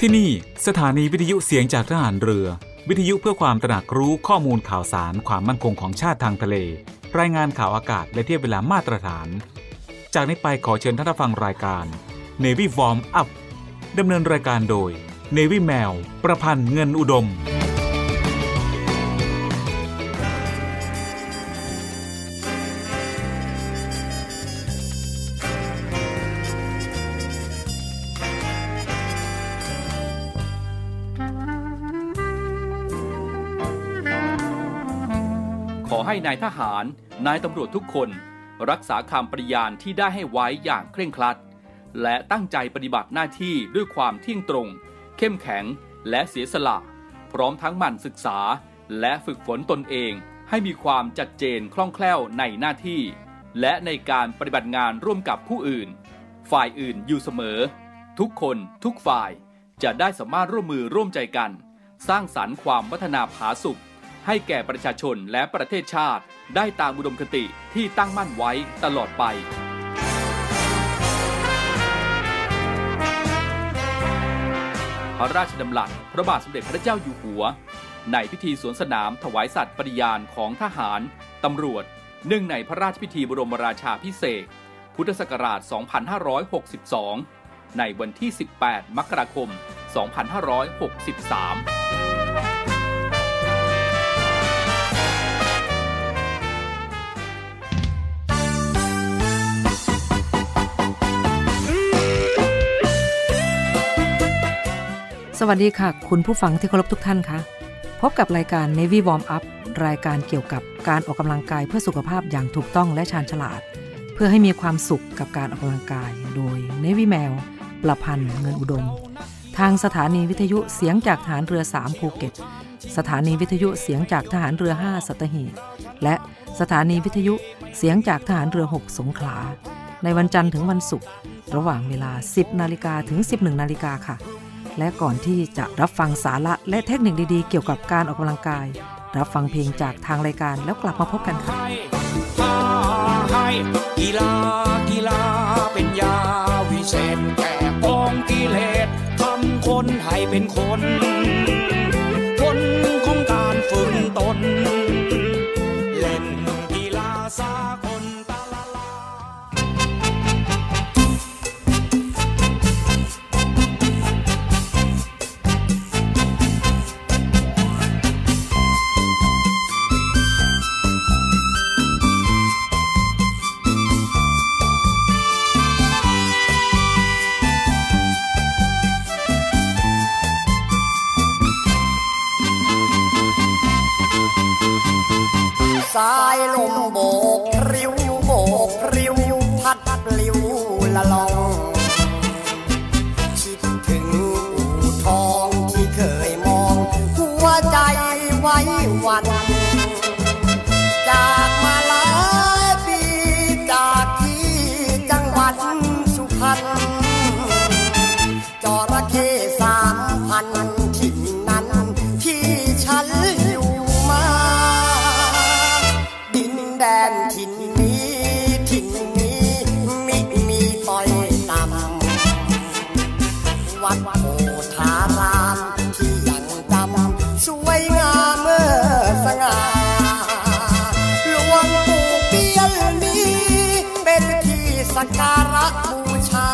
ที่นี่สถานีวิทยุเสียงจากทหารเรือวิทยุเพื่อความตระหนักรู้ข้อมูลข่าวสารความมั่นคงของชาติทางทะเลรายงานข่าวอากาศและเทียบเวลามาตรฐานจากนี้ไปขอเชิญท่านรับฟังรายการ Navy Warm Up ดำเนินรายการโดย Navy แมวประพันธ์เงินอุดมขอให้นายทหารนายตำรวจทุกคนรักษาคำปฏิญาณที่ได้ให้ไว้อย่างเคร่งครัดและตั้งใจปฏิบัติหน้าที่ด้วยความเที่ยงตรงเข้มแข็งและเสียสละพร้อมทั้งหมั่นศึกษาและฝึกฝนตนเองให้มีความชัดเจนคล่องแคล่วในหน้าที่และในการปฏิบัติงานร่วมกับผู้อื่นฝ่ายอื่นอยู่เสมอทุกคนทุกฝ่ายจะได้สามารถร่วมมือร่วมใจกันสร้างสรรค์ความพัฒนาผาสุกให้แก่ประชาชนและประเทศชาติได้ตามอุดมคติที่ตั้งมั่นไว้ตลอดไปพระราชดำรัสพระบาทสมเด็จพระเจ้าอยู่หัวในพิธีสวนสนามถวายสัตย์ปฏิญาณของทหารตำรวจเนื่องในพระราชพิธีบรมราชาภิเษกพุทธศักราช 2562 ในวันที่ 18 มกราคม 2563 สวัสดีค่ะคุณผู้ฟังที่เคารพทุกท่านคะพบกับรายการ Navy Warm Up รายการเกี่ยวกับการออกกำลังกายเพื่อสุขภาพอย่างถูกต้องและชาญฉลาดเพื่อให้มีความสุขกับการออกกำลังกายโดย Navy แมวประพันธ์เงินอุดมทางสถานีวิทยุเสียงจากทหารเรือ3ภูเก็ตสถานีวิทยุเสียงจากทหารเรือ5สัตหีบและสถานีวิทยุเสียงจากทหารเรือ6สงขลาในวันจันทร์ถึงวันศุกร์ระหว่างเวลา 10 นาฬิกาถึง 11 นาฬิกาค่ะและก่อนที่จะรับฟังสาระและเทคนิคดีๆเกี่ยวกับการออกกำลังกายรับฟังเพลงจากทางรายการแล้วกลับมาพบกันค่ะกีฬาเป็นยาวิเศษแก้กองกิเลสทำคนให้เป็นคนของการฝึกตนเล่นกีฬาสากลสายลมโบกริ้วโบกริ้วพัดปลิวละลองคิดถึงอู่ทองที่เคยมองหัวใจไว้วันจากมาหลายปีจากที่จังหวัดสุพรรณจระเข้3,000ที่นั้นที่ฉันอยู่มาแดนถิ่นนี้มิมีต่อยต่ำวัดโพธารามที่ยังจำสวยงามเมื่อสง่าหลวงปู่เปี้ยนนี้เป็นที่สักการะบูชา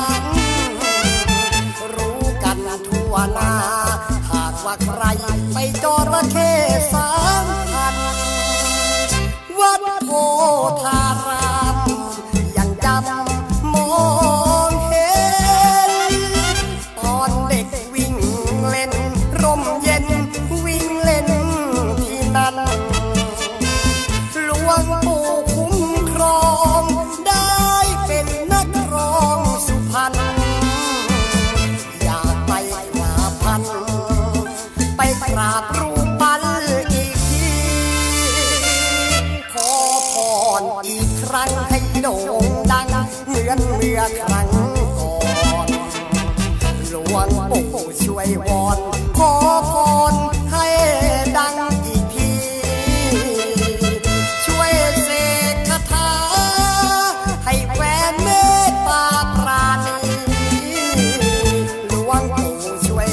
รู้กันทั่วหน้าหากว่าใครไปจระเข้3,000วัดโพธารามยังจำมองเห็นตอนเด็กวิ่งเล่นร่มเย็นวิ่งเล่นที่นั่นหลวงปู่คุ้มครองได้เป็นนักร้องสุพรรณอยากไปกราบท่านไปกราบรูปปั้นอีกทีอีกครั้งให้โด่งดังเหมือนเมื่อครั้งก่อนหลวงปู่ช่วยวอนขอพรให้ดังอีกทีช่วยเสกคาถาให้แฟนเมตตาปราณีหลวงปู่ช่วย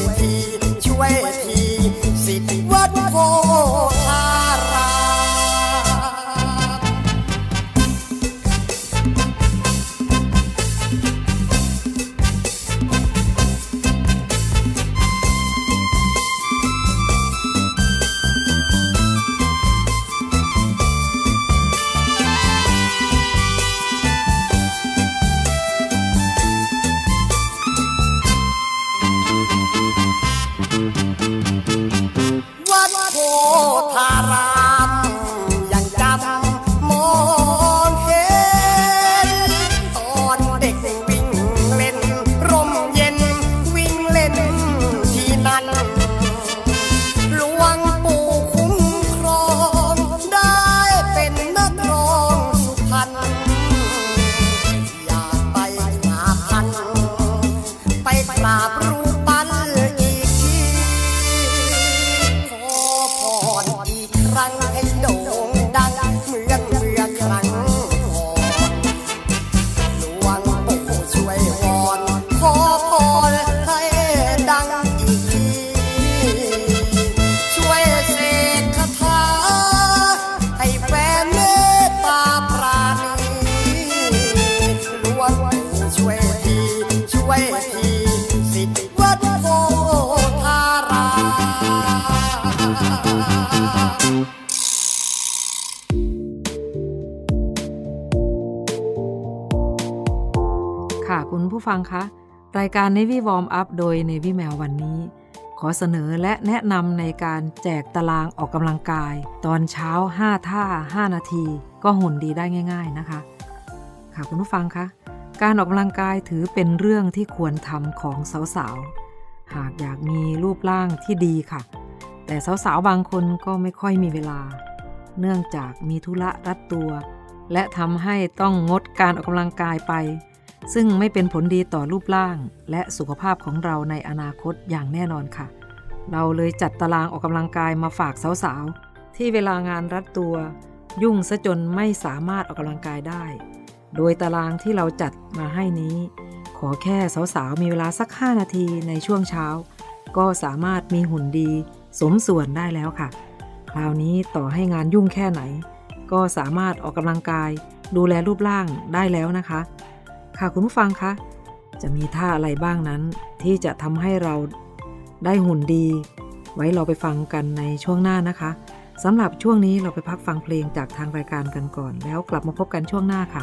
ค่ะคุณผู้ฟังคะรายการ Navy Warm Up โดย Navy แมววันนี้ขอเสนอและแนะนำในการแจกตารางออกกำลังกายตอนเช้า5ท่า5นาทีก็หุ่นดีได้ง่ายๆนะคะค่ะคุณผู้ฟังคะการออกกำลังกายถือเป็นเรื่องที่ควรทำของสาวๆหากอยากมีรูปร่างที่ดีค่ะแต่สาวๆบางคนก็ไม่ค่อยมีเวลาเนื่องจากมีธุระรัดตัวและทำให้ต้องงดการออกกำลังกายไปซึ่งไม่เป็นผลดีต่อรูปร่างและสุขภาพของเราในอนาคตอย่างแน่นอนค่ะเราเลยจัดตารางออกกำลังกายมาฝากสาวๆที่เวลางานรัดตัวยุ่งซะจนไม่สามารถออกกำลังกายได้โดยตารางที่เราจัดมาให้นี้ขอแค่สาวๆมีเวลาสัก5นาทีในช่วงเช้าก็สามารถมีหุ่นดีสมส่วนได้แล้วค่ะคราวนี้ต่อให้งานยุ่งแค่ไหนก็สามารถออกกำลังกายดูแลรูปร่างได้แล้วนะคะค่ะคุณผู้ฟังคะจะมีท่าอะไรบ้างนั้นที่จะทำให้เราได้หุ่นดีไว้เราไปฟังกันในช่วงหน้านะคะสำหรับช่วงนี้เราไปพักฟังเพลงจากทางรายการกันก่อนแล้วกลับมาพบกันช่วงหน้าค่ะ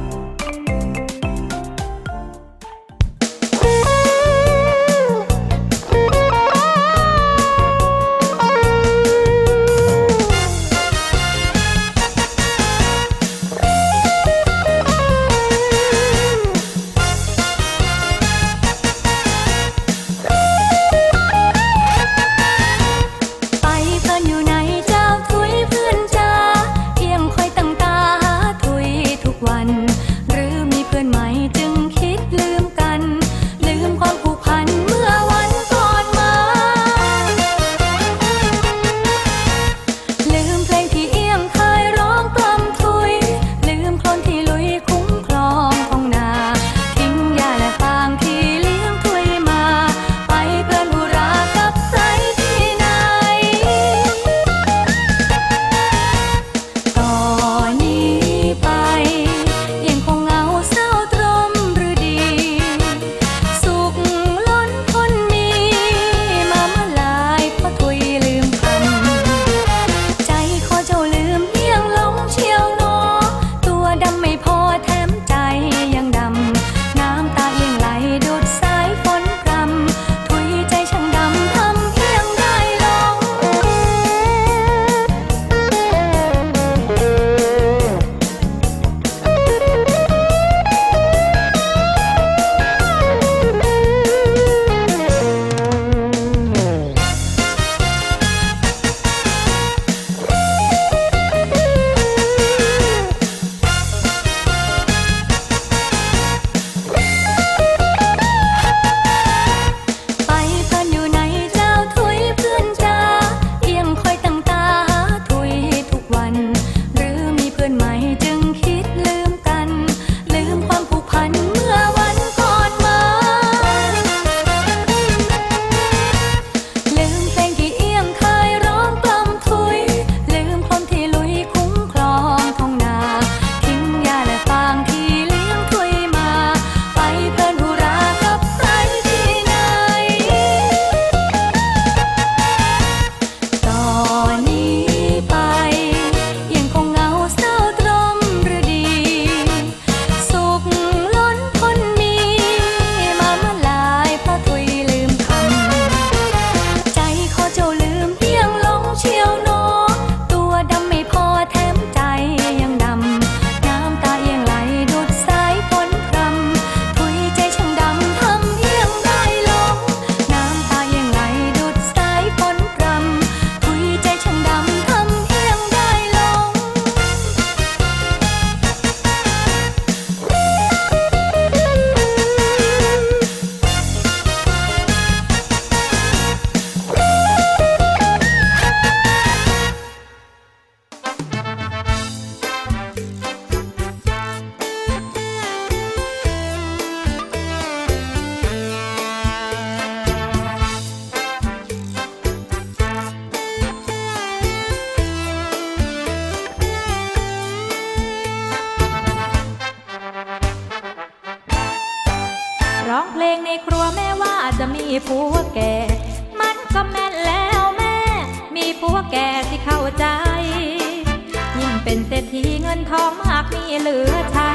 ร้องเพลงในครัวแม่ว่าจะมีผัวแก่มันก็แม่นแล้วแม่มีผัวแก่ที่เข้าใจยิ่งเป็นเศรษฐีเงินทองมากมีเหลือใช้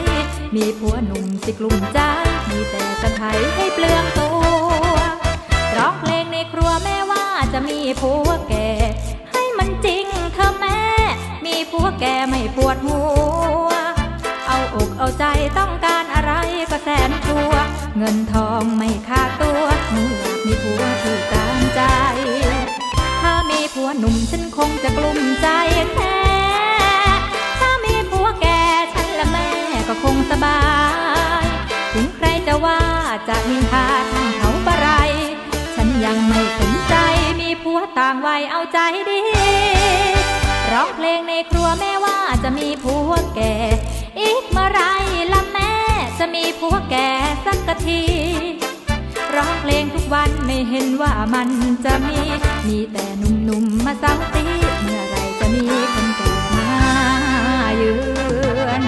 มีผัวหนุ่มสิกลุ่มใจมีแต่จะไถให้เปลืองตัวร้องเพลงในครัวแม่ว่าจะมีผัวแก่ให้มันจริงเธอแม่มีผัวแก่ไม่ปวดหัวเอาอกเอาใจต้องการอะไรก็แสนชัวเงินทองไม่ขาดตัวหนูอยากมีผัวที่ตามใจถ้ามีผัวหนุ่มฉันคงจะกลุ้มใจแท้ถ้ามีผัวแก่ฉันและแม่ก็คงสบายถึงใครจะว่าจะนินทาทั้งเขาบะไรฉันยังไม่สนใจมีผัวต่างวัยเอาใจดีร้องเพลงในครัวแม่ว่าจะมีผัวแก่อีกเมื่อไรล่ะแม่จะมีผัวแก่สักทีร้องเพลงทุกวันไม่เห็นว่ามันจะมีแต่หนุ่มๆมาสั่งตีเมื่อไรจะมีคนแก่มาเยือน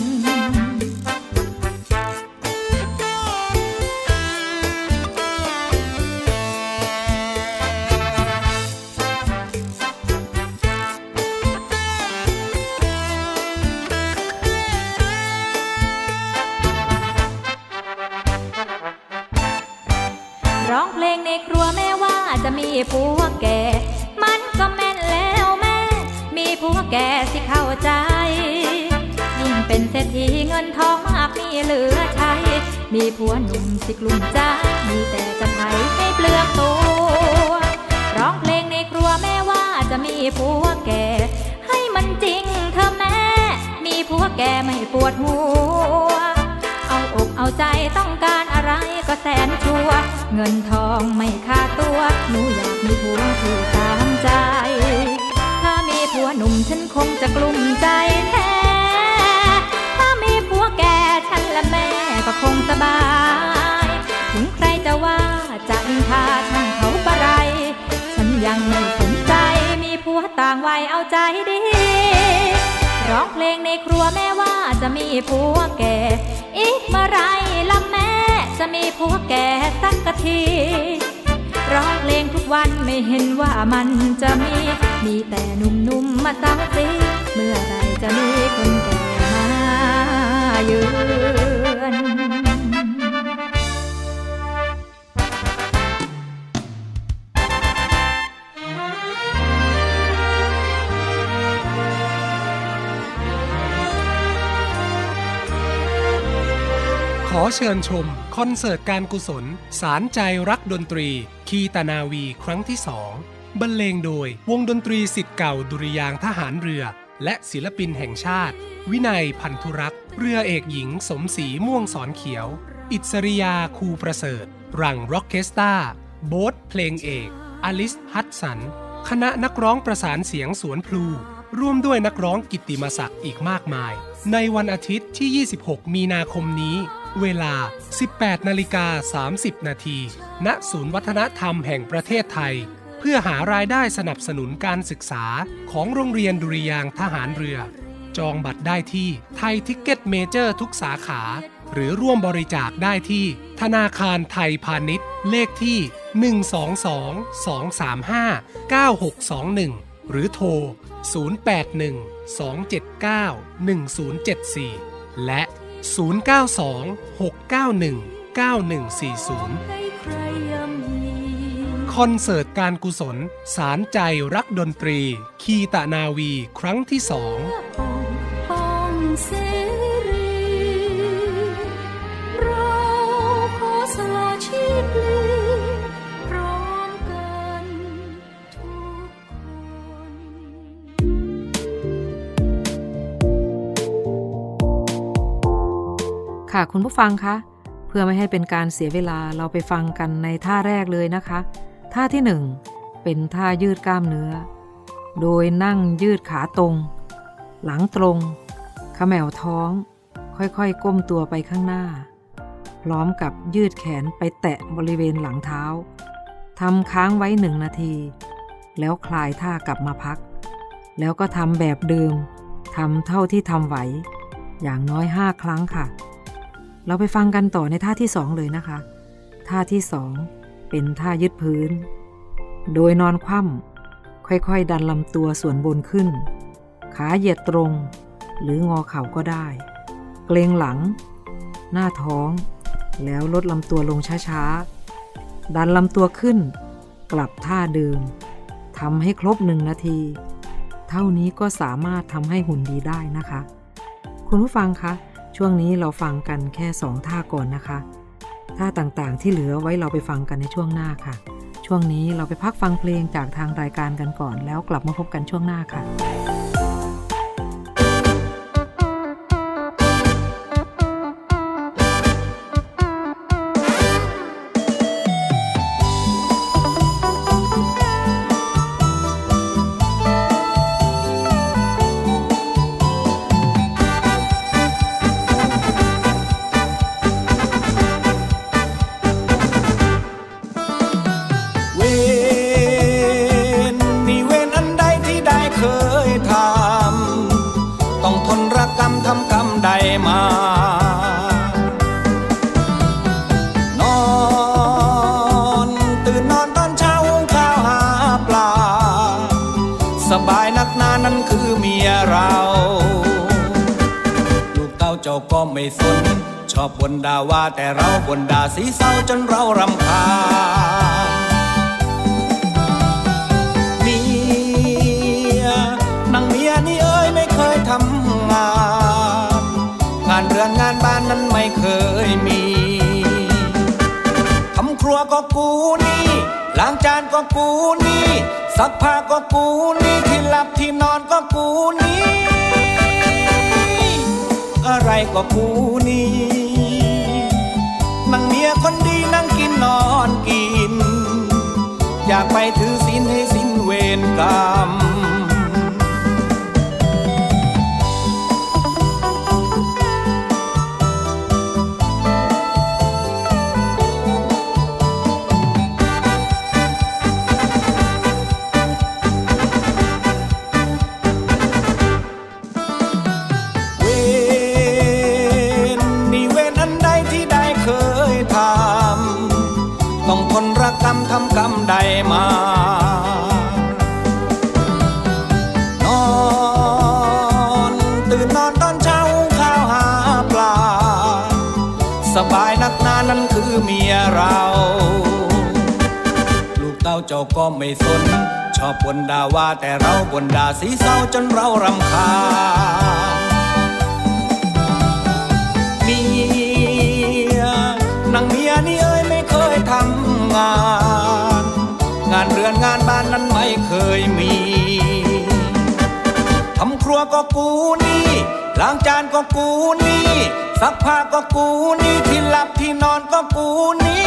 ร้องเพลงในครัวแม่ว่าจะมีผัวแก่มันก็แม่นแล้วแม่มีผัวแก่สิเข้าใจยิ่งเป็นเศรษฐีเงินทองมากมีเหลือใช้มีผัวหนุ่มสิกลุ่มใจมีแต่จะไถให้เปลืองตัวร้องเพลงในครัวแม่ว่าจะมีผัวแก่ให้มันจริงเธอแม่มีผัวแก่ไม่ปวดหัวเอาอกเอาใจต้องการอะไรก็แสนชัวเงินทองไม่ขาดตัวหนูอยากมีผัวที่ตามใจถ้ามีผัวหนุ่มฉันคงจะกลุ้มใจแท้ถ้ามีผัวแก่ฉันและแม่ก็คงสบายถึงใครจะว่าจะนินทาช่างเขาบะไรฉันยังไม่สนใจมีผัวต่างวัยเอาใจดีร้องเพลงในครัวแม่ว่าจะมีผัวแก่อีกเมื่อไรล่ะแม่จะมีผัวแก่สักทีร้องเพลงทุกวันไม่เห็นว่ามันจะมีแต่หนุ่มๆมาสั่งตีเมื่อไรจะมีคนแก่มาเยือนขอเชิญชมคอนเสิร์ตการกุศลสารใจรักดนตรีคีตนาวีครั้งที่2บรรเลงโดยวงดนตรีศิษย์เก่าดุริยางค์ทหารเรือและศิลปินแห่งชาติวินัยพันธุรักษ์เรือเอกหญิงสมศรีม่วงสอนเขียวอิสริยาคูประเสริฐรังร็อกเคสตาโบ๊ทเพลงเอกอลิสฮัตสันคณะนักร้องประสานเสียงสวนพลูร่วมด้วยนักร้องกิตติมศักดิ์อีกมากมายในวันอาทิตย์ที่26มีนาคมนี้เวลา 18:30 น.ณ ศูนย์วัฒนธรรมแห่งประเทศไทยเพื่อหารายได้สนับสนุนการศึกษาของโรงเรียนดุริยางค์ทหารเรือจองบัตรได้ที่ไทยทิกเก็ตเมเจอร์ทุกสาขาหรือร่วมบริจาคได้ที่ธนาคารไทยพาณิชย์เลขที่ 122-235-9621 หรือโทร 081-279-1074 และ092-691-9140คอนเสิร์ตการกุศลสารใจรักดนตรีคีตนาวีครั้งที่2เราขอสละชีพพร้อมกันทุกคนค่ะคุณผู้ฟังคะเพื่อไม่ให้เป็นการเสียเวลาเราไปฟังกันในท่าแรกเลยนะคะท่าที่1เป็นท่ายืดกล้ามเนื้อโดยนั่งยืดขาตรงหลังตรงเขม่าท้องค่อยๆก้มตัวไปข้างหน้าพร้อมกับยืดแขนไปแตะบริเวณหลังเท้าทำค้างไว้1 นาทีแล้วคลายท่ากลับมาพักแล้วก็ทำแบบเดิมทำเท่าที่ทำไหวอย่างน้อย5 ครั้งค่ะเราไปฟังกันต่อในท่าที่2เลยนะคะท่าที่2เป็นท่ายืดพื้นโดยนอนคว่ำค่อยๆดันลำตัวส่วนบนขึ้นขาเหยียดตรงหรืองอเข่าก็ได้เกรงหลังหน้าท้องแล้วลดลำตัวลงช้าๆดันลำตัวขึ้นกลับท่าเดิมทำให้ครบ1 นาทีเท่านี้ก็สามารถทำให้หุ่นดีได้นะคะคุณผู้ฟังคะช่วงนี้เราฟังกันแค่2 ท่าก่อนนะคะท่าต่างๆที่เหลือไว้เราไปฟังกันในช่วงหน้าค่ะช่วงนี้เราไปพักฟังเพลงจากทางรายการกันก่อนแล้วกลับมาพบกันช่วงหน้าค่ะสบายนักหนานั้นคือเมียเราลูกเต้าเจ้าก็ไม่สนชอบบ่นด่าว่าแต่เราบ่นด่าสีเศร้าจนเรารำคาญเมียนางเมียนี่เอ้ยไม่เคยทำงานเรือนงานบ้านนั้นไม่เคยมีทำครัวก็กูนี่ล้างจานก็กูนี่ซักผ้าก็กูนี่ที่หลับที่นอนก็กูนี่อะไรก็กูนี่นางเมียคนดีนั่งกินนอนกินอยากไปถือศีลให้สิ้นเวรกรรมต้องทนรักกรรมทำกรรมใดมานอนตื่นนอนตอนเช้าข้าวหาปลาสบายนักหนานั้นคือเมียเราลูกเต้าเจ้าก็ไม่สนชอบบ่นด่าว่าแต่เราบ่นด่าสีเศร้าจนเรารำคาญเมียนางเมียนี่เอ้ยไม่เคยทำงานเรือนงานบ้านนั้นไม่เคยมีทำครัวก็กูนี่ล้างจานก็กูนี่ซักผ้าก็กูนี่ที่หลับที่นอนก็กูนี่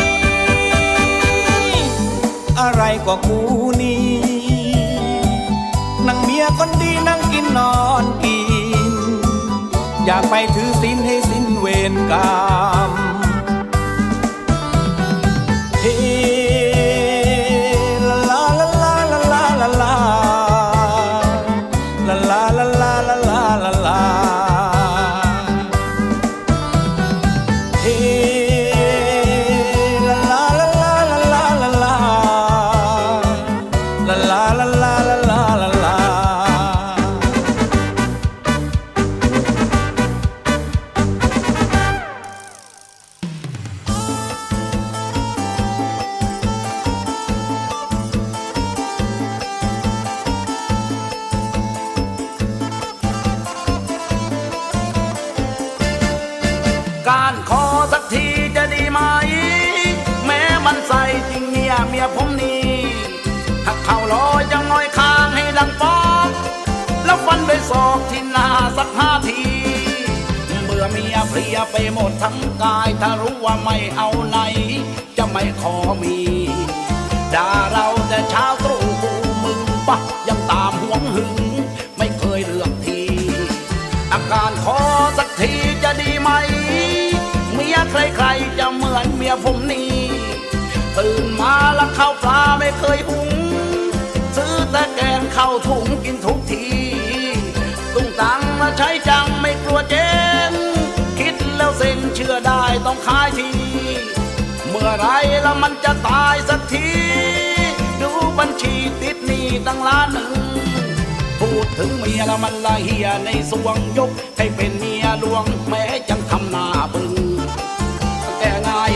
อะไรก็กูนี่นางเมียคนดีนั่งกินนอนกินอยากไปถือศีลให้สิ้นเวรกรรมการขอสักทีจะดีไหมแม้มันใส่จริงเมียผมนี่ถ้าเข่าลอยจะง่อยค้างให้ดังป๊อกแล้วฟันด้วยศอกที่หน้าสัก5 ทีเบื่อเมียเพลียไปหมดทั้งกายถ้ารู้ว่าไม่เอาไหนจะไม่ขอมีด่าเราแต่เช้าตรู่กูมึงปะยังตามห่วงหึงไม่เคยเลือกทีอาการขอสักทีจะดีไหมเมียใครๆจะเหมือนเมียผมนี่ตื่นมาแล้วข้าวปลาไม่เคยหุงซื้อแต่แกงข้าวถุงกินทุกทีตุ้งตังมาใช้จังไม่กลัวเจ๊งคิดแล้วเซ็งเชื่อได้ต้องขายทีเมื่อไรแล้วมันจะตายสักทีดูบัญชีติดหนี้ตั้งล้านหนึ่งพูดถึงเมียแล้วมันละเหียในสวงยกให้เป็นเมียหลวงแม้ยังทำหน้าบึ้ง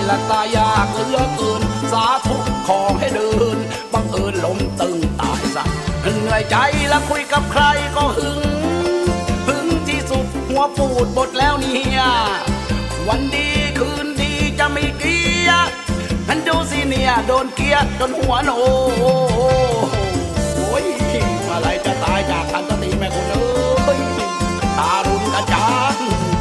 ละตายยากเหลือเกินสาธุขอให้เดินบังเอิญล้มตึงตายซะเหนื่อยใจและคุยกับใครก็หึงที่สุดหัวปูดหมดแล้วเนี่ยวันดีคืนดีจะไม่เกียร์ฉันดูสิเนี่ยโดนเกียร์จนหัวโนโอ้ยเมื่อไรจะตายจากกันสติแม่คุณเอ้ยทารุณกระจาง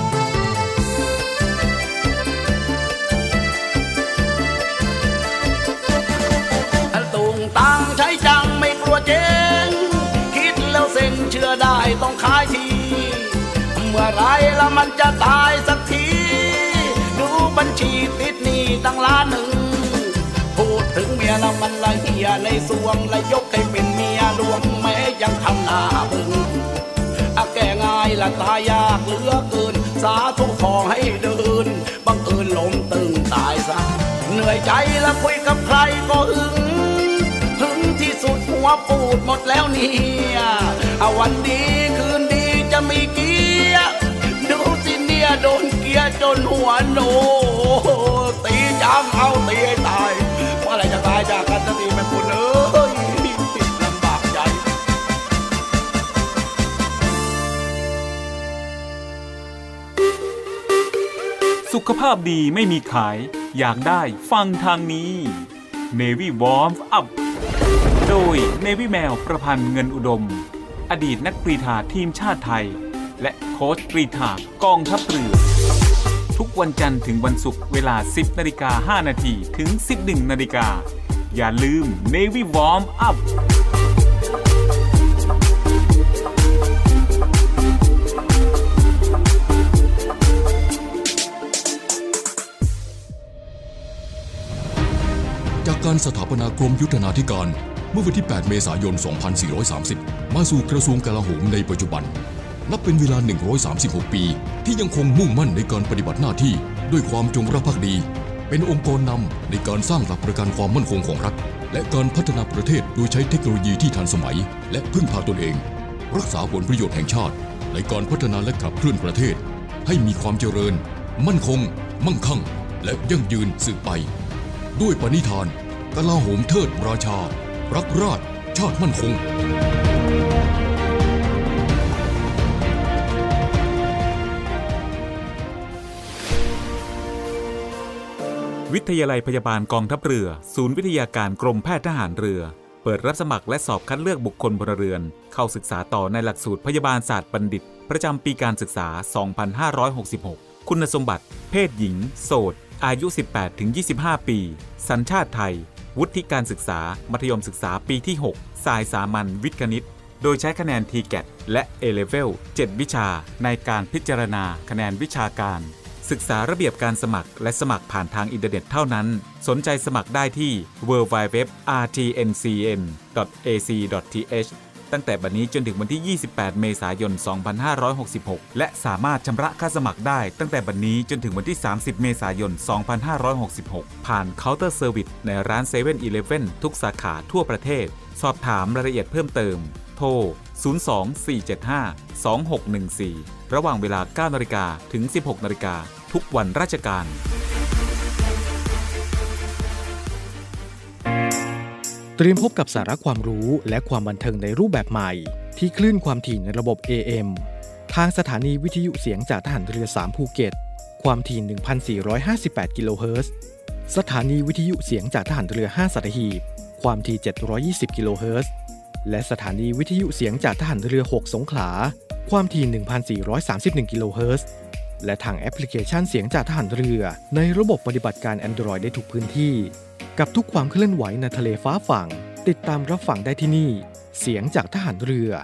ตุงตังใช้จังไม่กลัวเจ๊งคิดแล้วเซ็งเชื่อได้ต้องขายทีเมื่อไรแล้วมันจะตายสักทีดูบัญชีติดหนี้ตั้งล้านหนึ่งพูดถึงเมียแล้วมันละเหี่ยในสวงและยกให้เป็นเมียหลวงแม้ยังทำหน้าบึงแก้ง่ายละตายยากเหลือเกินสาธุขอให้เดินบังเอิญล้มตึงตายซะเหนื่อยใจและคุยกับใครก็หึงที่สุดหัวปูดหมดแล้วเนี่ยวันดีคืนดีจะมีเกียร์ดูสิเนี่ยโดนเกียร์จนหัวโนตีจังเอาตีให้ตายเมื่อไรจะตายจากกันสักทีแม่คุณเอ้ยลำบากใจสุขภาพดีไม่มีขายอยากได้ฟังทางนี้ Navy Warm Up โดย Navy แมวประพันธ์เงินอุดมอดีตนักกรีฑาทีมชาติไทยและโค้ชกรีฑากองทัพเรือทุกวันจันทร์ถึงวันศุกร์เวลา 10:05 น.ถึง 11:00 น.อย่าลืม Navy Warm Up จากการสถาปนากรมยุทธนาธิการเมื่อวันที่ 8 เมษายน 2430 มาสู่กระทรวงกลาโหมในปัจจุบันนับเป็นเวลา 136 ปีที่ยังคงมุ่งมั่นในการปฏิบัติหน้าที่ด้วยความจงรักภักดีเป็นองค์กรนำในการสร้างหลักประกันความมั่นคงของรัฐและการพัฒนาประเทศโดยใช้เทคโนโลยีที่ทันสมัยและพึ่งพาตนเองรักษาผลประโยชน์แห่งชาติในการพัฒนาและขับเคลื่อนประเทศให้มีความเจริญมั่นคงมั่งคั่งและยั่งยืนสืบไปด้วยปณิธานกลาโหมเทิดราชารักราชชาติมั่นคงวิทยาลัยพยาบาลกองทัพเรือศูนย์วิทยาการกรมแพทย์ทหารเรือเปิดรับสมัครและสอบคัดเลือกบุคคลพลเรือนเข้าศึกษาต่อในหลักสูตรพยาบาลศาสตร์บัณฑิตประจำปีการศึกษา 2566 คุณสมบัติเพศหญิงโสดอายุ 18-25 ปีสัญชาติไทยวุฒิการศึกษามัธยมศึกษาปีที่ 6 สายสามัญวิทย์คณิตโดยใช้คะแนน TGAT และ A-Level 7 วิชาในการพิจารณาคะแนนวิชาการศึกษาระเบียบการสมัครและสมัครผ่านทางอินเทอร์เน็ตเท่านั้นสนใจสมัครได้ที่ www.rtncm.ac.th ตั้งแต่บัดนี้จนถึงวันที่ 28 เมษายน 2566 และสามารถชำระค่าสมัครได้ตั้งแต่บัดนี้จนถึงวันที่ 30 เมษายน 2566 ผ่านเคาน์เตอร์เซอร์วิสในร้าน 7-Eleven ทุกสาขาทั่วประเทศสอบถามรายละเอียดเพิ่มเติมโทร 024752614 ระหว่างเวลา 9 นาฬิกาถึง 16 นาฬิกาทุกวันราชการเตรียมพบกับสาระความรู้และความบันเทิงในรูปแบบใหม่ที่คลื่นความถี่ในระบบ AM ทางสถานีวิทยุเสียงจากทหารเรือ3ภูเก็ตความถี่ 1,458 กิโลเฮิรตซ์สถานีวิทยุเสียงจากทหารเรือ5สัตหีบความถี่720กิโลเฮิรตซ์และสถานีวิทยุเสียงจากทหารเรือ6สงขลาความถี่ 1,431 กิโลเฮิรตซ์และทางแอปพลิเคชันเสียงจากทหารเรือในระบบปฏิบัติการ Android ได้ทุกพื้นที่กับทุกความเคลื่อนไหวในทะเลฟ้าฝั่งติดตามรับฟังได้ที่นี่เสียงจากทหารเรือ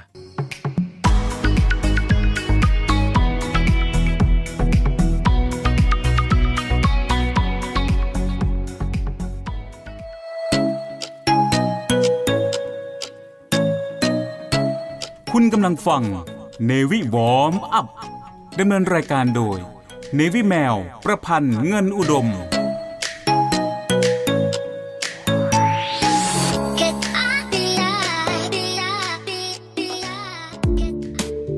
คุณกำลังฟัง Navy Warm Up ดำเนินรายการโดย Navy แมวประพันธ์เงินอุดม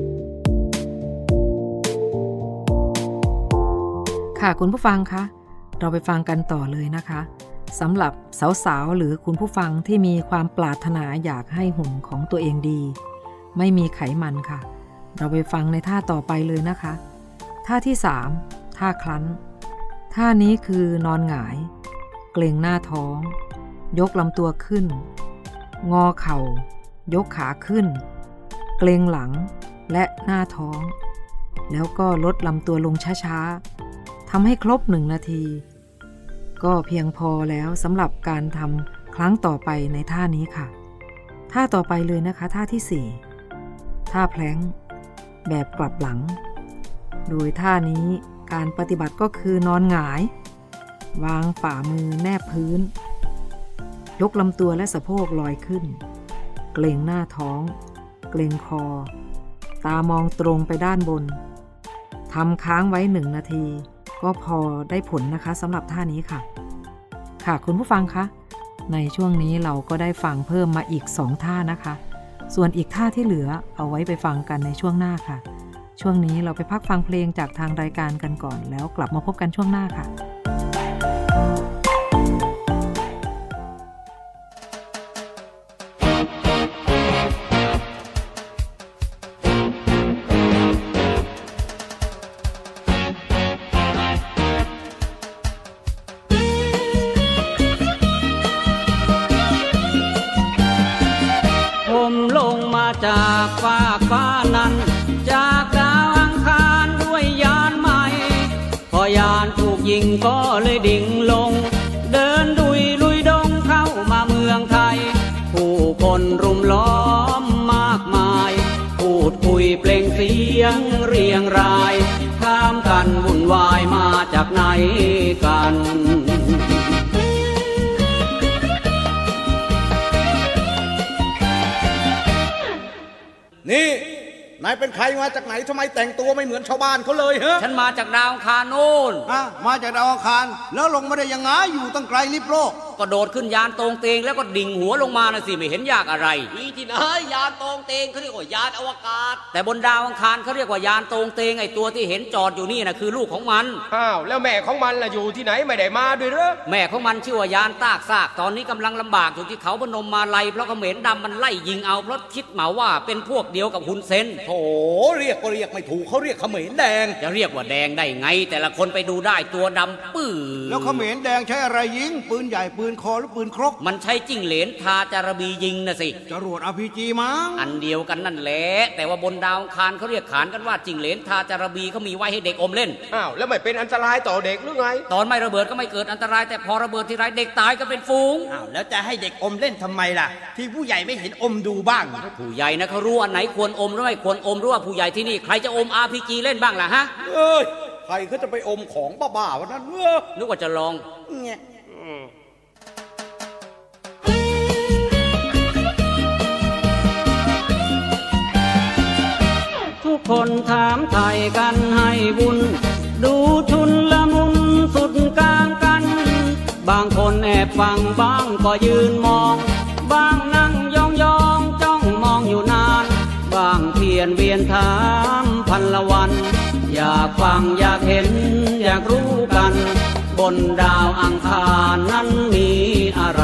ค่ะคุณผู้ฟังคะเราไปฟังกันต่อเลยนะคะสำหรับสาวๆหรือคุณผู้ฟังที่มีความปรารถนาอยากให้หุ่นของตัวเองดีไม่มีไขมันค่ะเราไปฟังในท่าต่อไปเลยนะคะท่าที่3ท่าคลั้นท่านี้คือนอนหงายเกร็งหน้าท้องยกลำตัวขึ้นงอเข่ายกขาขึ้นเกร็งหลังและหน้าท้องแล้วก็ลดลำตัวลงช้าๆทำให้ครบ1 นาทีก็เพียงพอแล้วสำหรับการทำครั้งต่อไปในท่านี้ค่ะท่าต่อไปเลยนะคะท่าที่4ท่าแพลงก์แบบกลับหลังโดยท่านี้การปฏิบัติก็คือนอนหงายวางฝ่ามือแนบพื้นยกลำตัวและสะโพกลอยขึ้นเกร็งหน้าท้องเกร็งคอตามองตรงไปด้านบนทำค้างไว้1 นาทีก็พอได้ผลนะคะสำหรับท่านี้ค่ะคุณผู้ฟังคะในช่วงนี้เราก็ได้ฟังเพิ่มมาอีก2 ท่านะคะส่วนอีกท่าที่เหลือเอาไว้ไปฟังกันในช่วงหน้าค่ะช่วงนี้เราไปพักฟังเพลงจากทางรายการกันก่อนแล้วกลับมาพบกันช่วงหน้าค่ะจากฟากฟ้านั้นจากดาวอังคารด้วยยานใหม่พอยานถูกยิงก็เลยดิ่งลงเดินลุยดงเข้ามาเมืองไทยผู้คนรุมล้อมมากมายพูดคุยเปล่งเสียงเรียงรายถามกันวุ่นวายมาจากไหนกันนี่นายเป็นใครมาจากไหนทำไมแต่งตัวไม่เหมือนชาวบ้านเขาเลยฮะฉันมาจากดาวอังคารโน่นมาจากดาวอังคารแล้วลงมาได้ยังไงอยู่ตั้งไกลลิบโลกก็โดดขึ้นยานตรงเตงแล้วก็ดิ่งหัวลงมานะสิไม่เห็นยากอะไรนี่ที่ไหนยานตรงเตงเขาเรียกว่ายานอวกาศแต่บนดาวอังคารเขาเรียกว่ายานตรงเตงไอ้ตัวที่เห็นจอดอยู่นี่นะคือลูกของมันแล้วแม่ของมันล่ะอยู่ที่ไหนไม่ได้มาด้วยเหรอแม่ของมันชื่อว่ายานตากซากตอนนี้กำลังลำบากอยู่ที่เขาพนมมาลัยเพราะเขมรดำมันไล่ยิงเอาเพราะคิดเหมาว่าเป็นพวกเดียวกับฮุนเซนโธ่เรียกก็เรียกไม่ถูกเขาเรียกเขมรแดงจะเรียกว่าแดงได้ไงแต่ละคนไปดูได้ตัวดำปื้อแล้วเขมรแดงใช้อะไรยิงปืนใหญ่ปืนคอหรือปืนครกมันใช้จิ้งเหลนทาจารบียิงนะสิจรวด RPG มั้งอันเดียวกันนั่นแหละแต่ว่าบนดาวอังคารเขาเรียกขานกันว่าจิ้งเหลนทาจารบีเขามีไว้ให้เด็กอมเล่นแล้วไม่เป็นอันตรายต่อเด็กหรือไงตอนไม่ระเบิดก็ไม่เกิดอันตรายแต่พอระเบิดทีไรเด็กตายก็เป็นฝูงแล้วจะให้เด็กอมเล่นทำไมล่ะที่ผู้ใหญ่ไม่เห็นอมดูบ้างผู้ใหญ่นะเขารู้อันไหนควรอมหรือไม่ควรอมหรือว่าผู้ใหญ่ที่นี่ใครจะอม RPG เล่นบ้างล่ะฮะใครเขาจะไปอมของบ้าๆวันนั้นนึกว่าจะลองทุกคนถามไทยกันให้บุญดูชุนละมุนสุดกลางกันบางคนแอบฟังบ้างก็ยืนมองบางนั่งยองจ้องมองอยู่นานบางเพียนเวียนถามพันละวันอยากฟังอยากเห็นอยากรู้กันบนดาวอังคารนั้นมีอะไร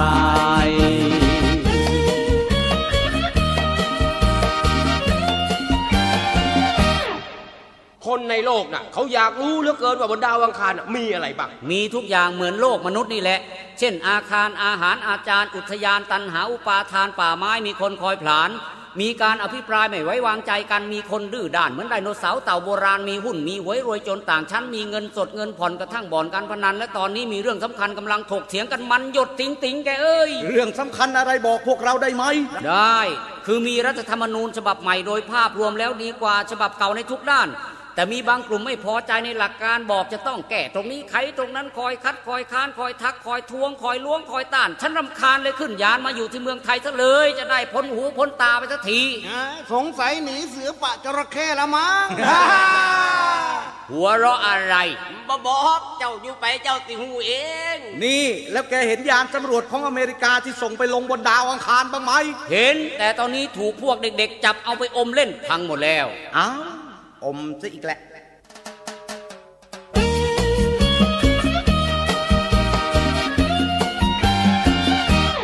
คนในโลกน่ะเขาอยากรู้เหลือเกินว่าบนดาวอังคารมีอะไรบ้างมีทุกอย่างเหมือนโลกมนุษย์นี่แหละเช่นอาคารอาหารอาจารย์อุทยานตันหาอุปาทานป่าไม้มีคนคอยผลาญมีการอภิปรายไม่ไว้วางใจกันมีคนดื้อด้านเหมือนไดโนเสาร์เต่าโบราณมีหุ้นมีหวยรวยจนต่างชั้นมีเงินสดเงินผ่อนกระทั่งบ่อนการพนันและตอนนี้มีเรื่องสำคัญกำลังถกเถียงกันมันหยดติ๋งแกเอ้ยเรื่องสำคัญอะไรบอกพวกเราได้ไหมได้คือมีรัฐธรรมนูญฉบับใหม่โดยภาพรวมแล้วดีกว่าฉบับเก่าในทุกด้านแต่มีบางกลุ่มไม่พอใจในหลักการบอกจะต้องแก้ตรงนี้ไขตรงนั้นคอยคัดคอยค้านคอยทักคอยทวงคอยล้วงคอยต้านฉันรำคาญเลยขึ้นยานมาอยู่ที่เมืองไทยซะเลยจะได้พ้นหูพ้นตาไปสักทีสงสัยหนีเสือปะจระเข้ละมั้งหัวเราะอะไรบอกเจ้าอยู่ไปเจ้าติหูเองนี่แล้วแกเห็นยานตำรวจของอเมริกาที่ส่งไปลงบนดาวอังคารบ้างไหมเห็นแต่ตอนนี้ถูกพวกเด็กๆจับเอาไปอมเล่นพังหมดแล้วอมซะอีกแหละ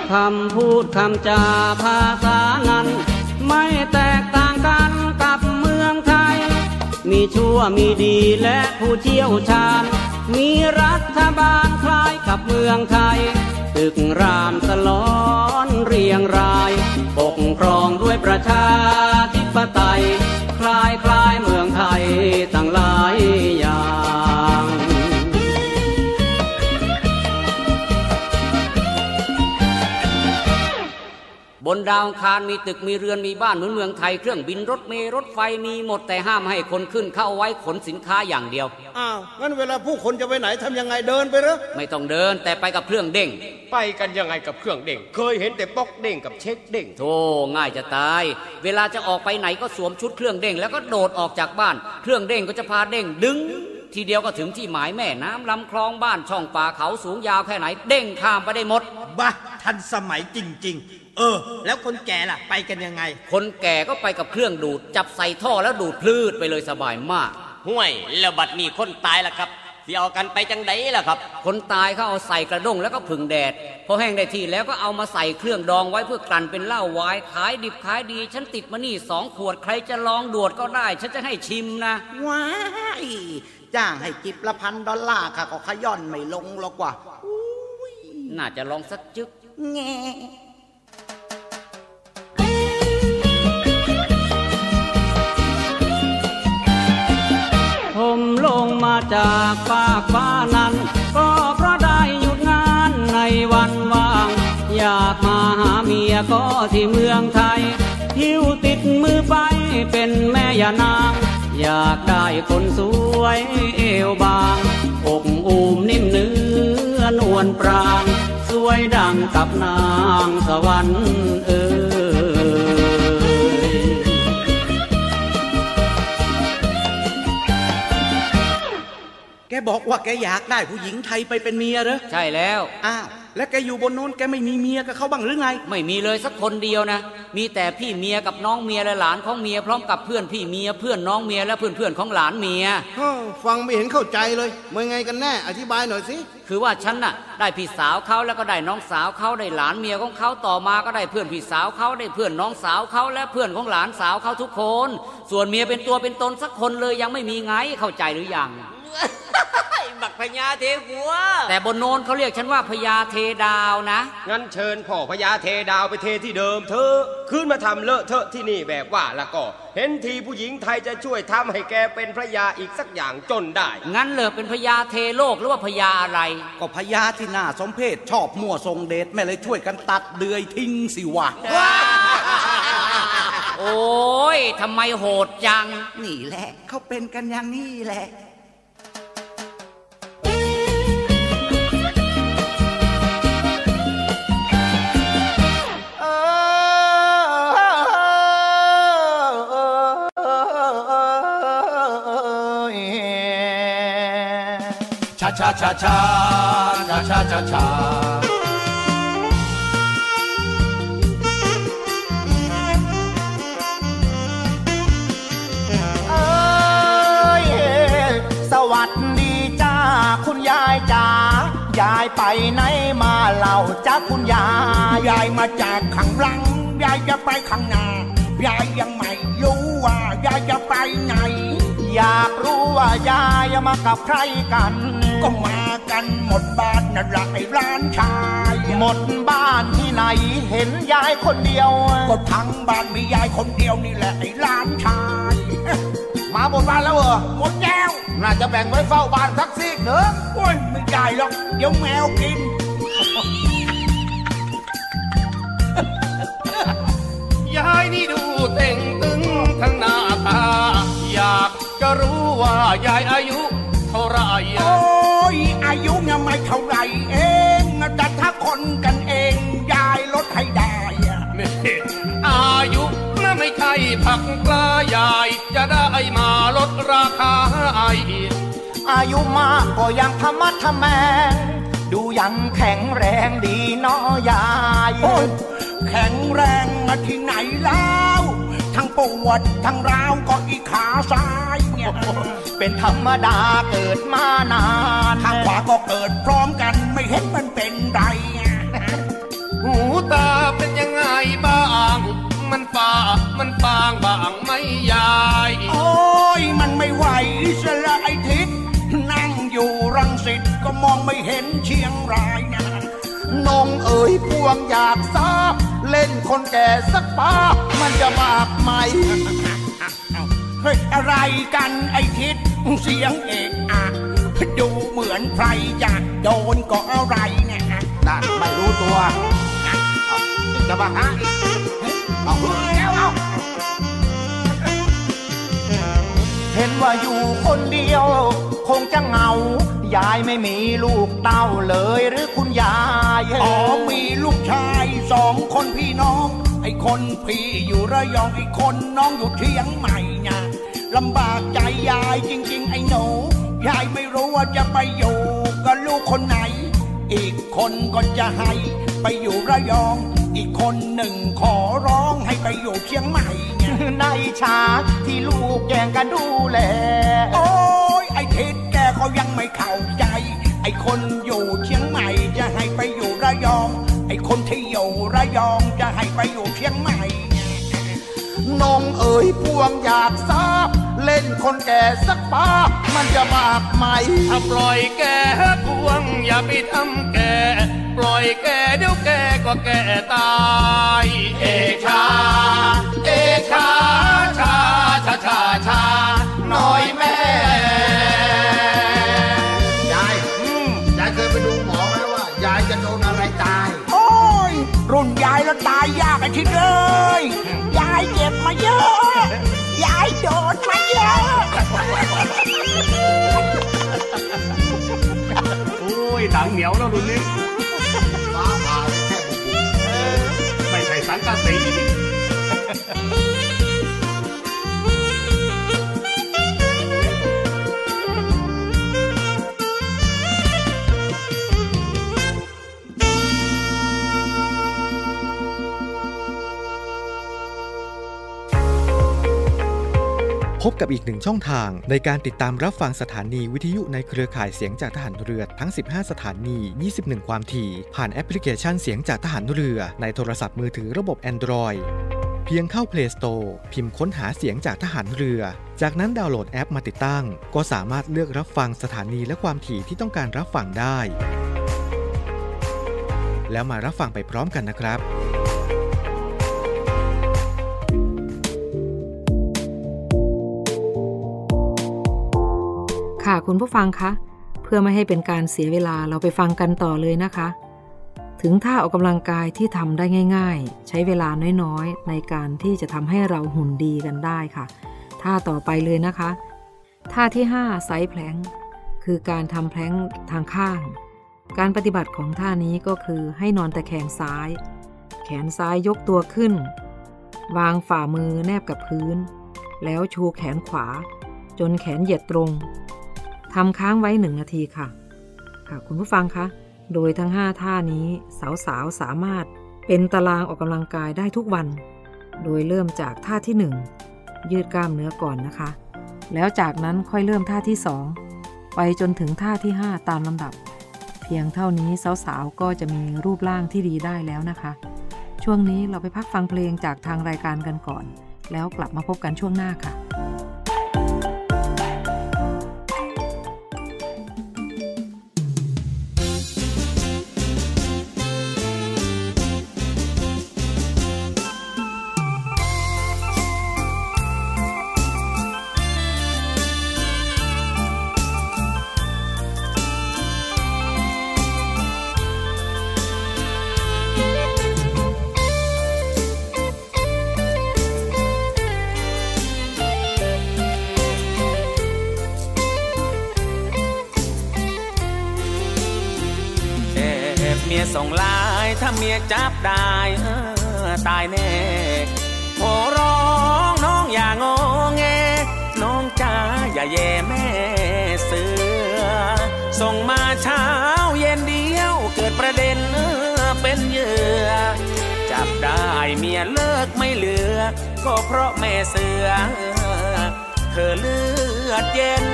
คำพูดคำจาภาษานั้นไม่แตกต่างกันกับเมืองไทยมีชั่วมีดีและผู้เชี่ยวชาญมีรัฐบาลคล้ายกับเมืองไทยตึกรามสลอนเรียงรายปกครองด้วยประชาธิปไตยคล้ายคล้ายเมืองไทยตั้งหลายอย่างบนดาวอังคารมีตึกมีเรือนมีบ้านเหมือนเมืองไทยเครื่องบินรถเมล์รถไฟมีหมดแต่ห้ามให้คนขึ้นเข้าไว้ขนสินค้าอย่างเดียวอ้าวงั้นเวลาผู้คนจะไปไหนทำยังไงเดินไปเหรอไม่ต้องเดินแต่ไปกับเครื่องเด้งไปกันยังไงกับเครื่องเด้งเคยเห็นแต่ป๊อกเด้งกับเช็คเด้งโธ่ง่ายจะตายเวลาจะออกไปไหนก็สวมชุดเครื่องเด้งแล้วก็โดดออกจากบ้านเครื่องเด้งก็จะพาเด้งดึงทีเดียวก็ถึงที่หมายแม่น้ำลำคลองบ้านช่องป่าเขาสูงยาวแค่ไหนเด้งข้ามไปได้หมดบ้าทันสมัยจริงๆแล้วคนแก่ล่ะไปกันยังไงคนแก่ก็ไปกับเครื่องดูดจับใส่ท่อแล้วดูดพลืดไปเลยสบายมากห่วยแล้วบัดนี้คนตายล่ะครับที่เอากันไปจังไดล่ะครับคนตายเขาเอาใส่กระด้งแล้วก็ผึ่งแดดพอแห้งได้ที่แล้วก็เอามาใส่เครื่องดองไว้เพื่อกลั่นเป็นเหล้าไวน์ขายดิบขายดีฉันติดมานี่2 ขวดใครจะลองดวดก็ได้ฉันจะให้ชิมนะว้ายจ้างให้จิบละ$1,000ค่ะก็ขย่อนไม่ลงหรอกว่าน่าจะลองสักจึ๊กแง่ผมลงมาจากฟากฟ้านั้นก็เพราะได้หยุดงานในวันว่างอยากมาหาเมียก็ที่เมืองไทยหิ้วติดมือไปเป็นแม่ย่านางอยากได้คนสวยเอวบางอกอุ้มนิ่มเนื้อนวลปรางสวยดังกับนางสวรรค์แกบอกว่าแกอยากได้ผู้หญิงไทยไปเป็นเมียเหรอใช่แล้วอ้าวแล้วแกอยู่บนโน้นแกไม่มีเมียกับเขาบ้างหรือไงไม่มีเลยสักคนเดียวนะมีแต่พี่เมียกับน้องเมียและหลานของเมียพร้อมกับเพื่อนพี่เมียเพื่อนน้องเมียและเพื่อนของหลานเมียฟังไม่เห็นเข้าใจเลยมันไงกันแน่อธิบายหน่อยสิคือว่าฉันน่ะได้พี่สาวเขาแล้วก็ได้น้องสาวเขาได้หลานเมียของเขาต่อมาก็ได้เพื่อนพี่สาวเขาได้เพื่อนน้องสาวเขาและเพื่อนของหลานสาวเขาทุกคนส่วนเมียเป็นตัวเป็นตนสักคนเลยยังไม่มีไงเข้าใจหรือยังบักพญาเทหัวแต่บนโน้นเขาเรียกฉันว่าพญาเทดาวนะงั้นเชิญพ่อพญาเทดาวไปเทที่เดิมเธอขึ้นมาทำเลอะเทอะที่นี่แบบว่าแล้วก็เห็นทีผู้หญิงไทยจะช่วยทำให้แกเป็นพระยาอีกสักอย่างจนได้งั้นเลยเป็นพญาเทโลกหรือว่าพญาอะไรก็พญาที่น่าสมเพชชอบมั่วทรงเดชแม่เลยช่วยกันตัดเดือยทิ้งสิวะโอ้ยทำไมโหดจังนี่แหละเขาเป็นกันอย่างนี้แหละชาชาชาชาชาชาชาสวัสดีจ้าคุณยายจ๋ายายไปไหนมาเล่าจ้าคุณยายายมาจากข้างหลังยายจะไปข้างหน้ายายยังไม่รู้ว่ายายจะไปไหนอยากรู้ว่ายายมากับใครกันก็มากันหมดบ้านนั่นแหละไอ้ร้านชายหมดบ้านที่ไหนเห็นยายคนเดียวก็ทั้งบ้านมียายคนเดียวนี่แหละไอ้ร้านชายมาหมดบ้านแล้วเหรอหมดแล้วน่าจะแบ่งไว้เฝ้าบ้านสักซีกเนอะโอ้ยไม่ได้หรอกเดี๋ยวแมวกินยายนี่ดูเต่งตึงทั้งหน้าตาอยากจะรู้ว่ายายอายุเท่าไรโอ้ยอายุยังไม่เท่าไรเองแต่ถ้าคนกันเองยายลดให้ได้อายุน่ะไม่ใช่ผักปลายายจะได้มาลดราคาให้อายุมากก็ยังธรรมะธรรแมงดูยังแข็งแรงดีน้อยายแข็งแรงมาที่ไหนแล้วทั้งปวดทั้งร้าวก็อีขาซ้ายเนี่ยเป็นธรรมดาเกิดมานานทางขวาก็เกิดพร้อมกันไม่เห็นมันเป็นไรหูมองไม่เห็นเชียงรายนะน้องเอ๋ยพวงอยากทราบเล่นคนแก่สักป้ามันจะบาปไหมเฮ้ยอะไรกันไอ้ทิศเสียงเอกอะดูเหมือนใครจะโดนก็อะไรเนี่ยนั่นไม่รู้ตัวจะบ้าฮะเอาแล้วเอาเห็นว่าอยู่คนเดียวคงจะเหงายายไม่มีลูกเต้าเลยหรือคุณยายอ๋อมีลูกชาย2 คนพี่น้องไอ้คนพี่อยู่ระยองไอ้คนน้องอยู่เชียงใหม่เนี่ยลำบากใจยายจริงๆไอ้หนูยายไม่รู้ว่าจะไปอยู่กับลูกคนไหนอีกคนก็จะให้ไปอยู่ระยองอีกคนหนึ่งขอร้องให้ไปอยู่เชียงใหม่เนี่ยในชาที่ลูกแย่งกันดูแลโอ้ยไอ้ทิศแกเขายังไม่เข้าใจไอ้คนอยู่เชียงใหม่จะให้ไปอยู่ระยองไอ้คนที่อยู่ระยองจะให้ไปอยู่เชียงใหม่น้องเอ๋ยพวงอยากทราบเล่นคนแก่สักป้ามันจะบาปไหมถ้าปล่อยแกพวงอย่าไปทำแกปล่อยแกเดี๋ยวแกก็แก่ตายเอชาเอชาชาชาชาชาน้อยแม่ยายเคยไปดูหมอไหมว่ายายจะโดนอะไรตายโอ้ยรุ่นยายแล้วตายยากไอ้ทิศเลยยายเจ็บมาเยอะยายโดนมาเยอะโอ้ยหนังเหนียวแล้วรุ่นนี้ฟ้าผ่าแค่บุบไม่ใช่สังกะสีพบกับอีกหนึ่งช่องทางในการติดตามรับฟังสถานีวิทยุในเครือข่ายเสียงจากทหารเรือทั้ง15สถานี21ความถี่ผ่านแอปพลิเคชันเสียงจากทหารเรือในโทรศัพท์มือถือระบบ Android เพียงเข้า Play Store พิมพ์ค้นหาเสียงจากทหารเรือจากนั้นดาวน์โหลดแอปมาติดตั้งก็สามารถเลือกรับฟังสถานีและความถี่ที่ต้องการรับฟังได้แล้วมารับฟังไปพร้อมกันนะครับค่ะคุณผู้ฟังคะเพื่อไม่ให้เป็นการเสียเวลาเราไปฟังกันต่อเลยนะคะถึงท่าออกกำลังกายที่ทำได้ง่ายๆใช้เวลาน้อยๆในการที่จะทำให้เราหุ่นดีกันได้ค่ะท่าต่อไปเลยนะคะท่าที่5ไซส์แพลงก์คือการทำแพลงก์ทางข้างการปฏิบัติของท่านี้ก็คือให้นอนตะแคงซ้ายแขนซ้ายยกตัวขึ้นวางฝ่ามือแนบกับพื้นแล้วชูแขนขวาจนแขนเหยียดตรงทำค้างไว้1 นาทีค่ะคุณผู้ฟังคะโดยทั้ง5ท่านี้สาวๆสามารถเป็นตารางออกกำลังกายได้ทุกวันโดยเริ่มจากท่าที่1ยืดกล้ามเนื้อก่อนนะคะแล้วจากนั้นค่อยเริ่มท่าที่2ไปจนถึงท่าที่5ตามลำดับเพียงเท่านี้สาวๆก็จะมีรูปร่างที่ดีได้แล้วนะคะช่วงนี้เราไปพักฟังเพลงจากทางรายการกันก่อนแล้วกลับมาพบกันช่วงหน้าค่ะเมียส่งไลน์ถ้าเมียจับได้ตายแน่โหร้องน้องอย่างงอแงน้องจ๋าอย่าแย่แม่เสือส่งมาเช้าเย็นเดียวเกิดประเด็นเป็นเหยื่อจับได้เมียเลิกไม่เหลือก็เพราะแม่เสือเธอเลือดเย็น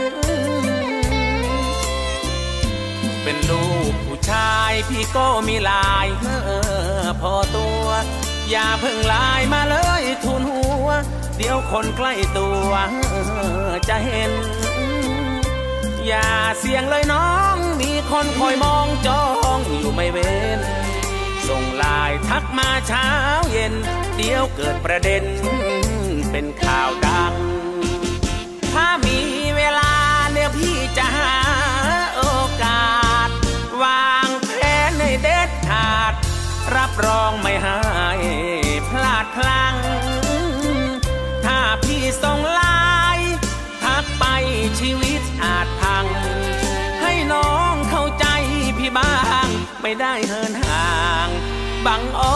เป็นลูกผู้ชายพี่ก็มีลายพอตัวอย่าเพิ่งลายมาเลยทุนหัวเดี๋ยวคนใกล้ตัวจะเห็นอย่าเสี่ยงเลยน้องมีคนคอยมองจ้องอยู่ไม่เว้นส่งไลน์ทักมาเช้าเย็นเดี๋ยวเกิดประเด็นเป็นข่าวดังถ้ามีเวลาเดี๋ยวพี่จะหาโอกาสวางแผนให้เด็ดขาดรับรองไม่ให้พลาดพลั้งถ้าพี่ส่งไลน์ทักไปชีวิตอาจพังให้น้องเข้าใจพี่บ้างไม่ได้เหินห่างบังอ่